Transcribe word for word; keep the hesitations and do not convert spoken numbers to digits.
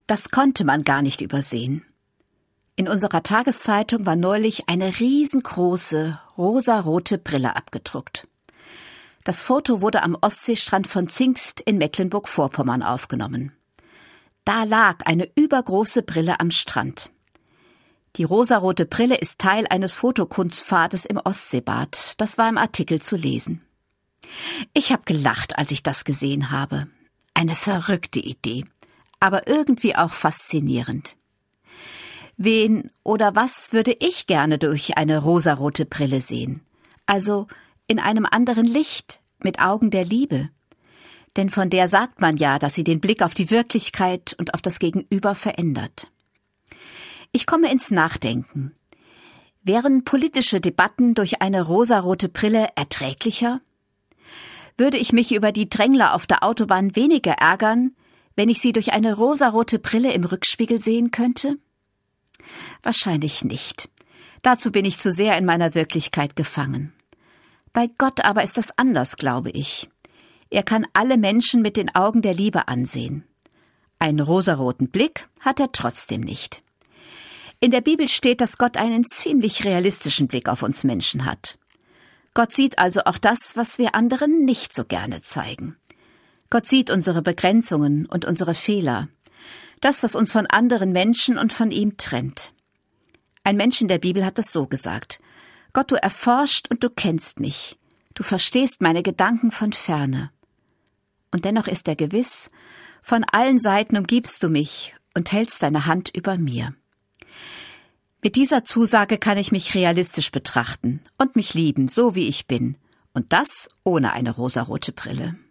Das konnte man gar nicht übersehen. In unserer Tageszeitung war neulich eine riesengroße, rosarote Brille abgedruckt. Das Foto wurde am Ostseestrand von Zingst in Mecklenburg-Vorpommern aufgenommen. Da lag eine übergroße Brille am Strand. Die rosarote Brille ist Teil eines Fotokunstpfades im Ostseebad. Das war im Artikel zu lesen. Ich habe gelacht, als ich das gesehen habe. Eine verrückte Idee, aber irgendwie auch faszinierend. Wen oder was würde ich gerne durch eine rosarote Brille sehen? Also in einem anderen Licht, mit Augen der Liebe. Denn von der sagt man ja, dass sie den Blick auf die Wirklichkeit und auf das Gegenüber verändert. Ich komme ins Nachdenken. Wären politische Debatten durch eine rosarote Brille erträglicher? Würde ich mich über die Drängler auf der Autobahn weniger ärgern, wenn ich sie durch eine rosarote Brille im Rückspiegel sehen könnte? Wahrscheinlich nicht. Dazu bin ich zu sehr in meiner Wirklichkeit gefangen. Bei Gott aber ist das anders, glaube ich. Er kann alle Menschen mit den Augen der Liebe ansehen. Einen rosaroten Blick hat er trotzdem nicht. In der Bibel steht, dass Gott einen ziemlich realistischen Blick auf uns Menschen hat. Gott sieht also auch das, was wir anderen nicht so gerne zeigen. Gott sieht unsere Begrenzungen und unsere Fehler, das, was uns von anderen Menschen und von ihm trennt. Ein Mensch in der Bibel hat es so gesagt: Gott, du erforscht und du kennst mich, du verstehst meine Gedanken von ferne. Und dennoch ist er gewiss, von allen Seiten umgibst du mich und hältst deine Hand über mir. Mit dieser Zusage kann ich mich realistisch betrachten und mich lieben, so wie ich bin. Und das ohne eine rosarote Brille.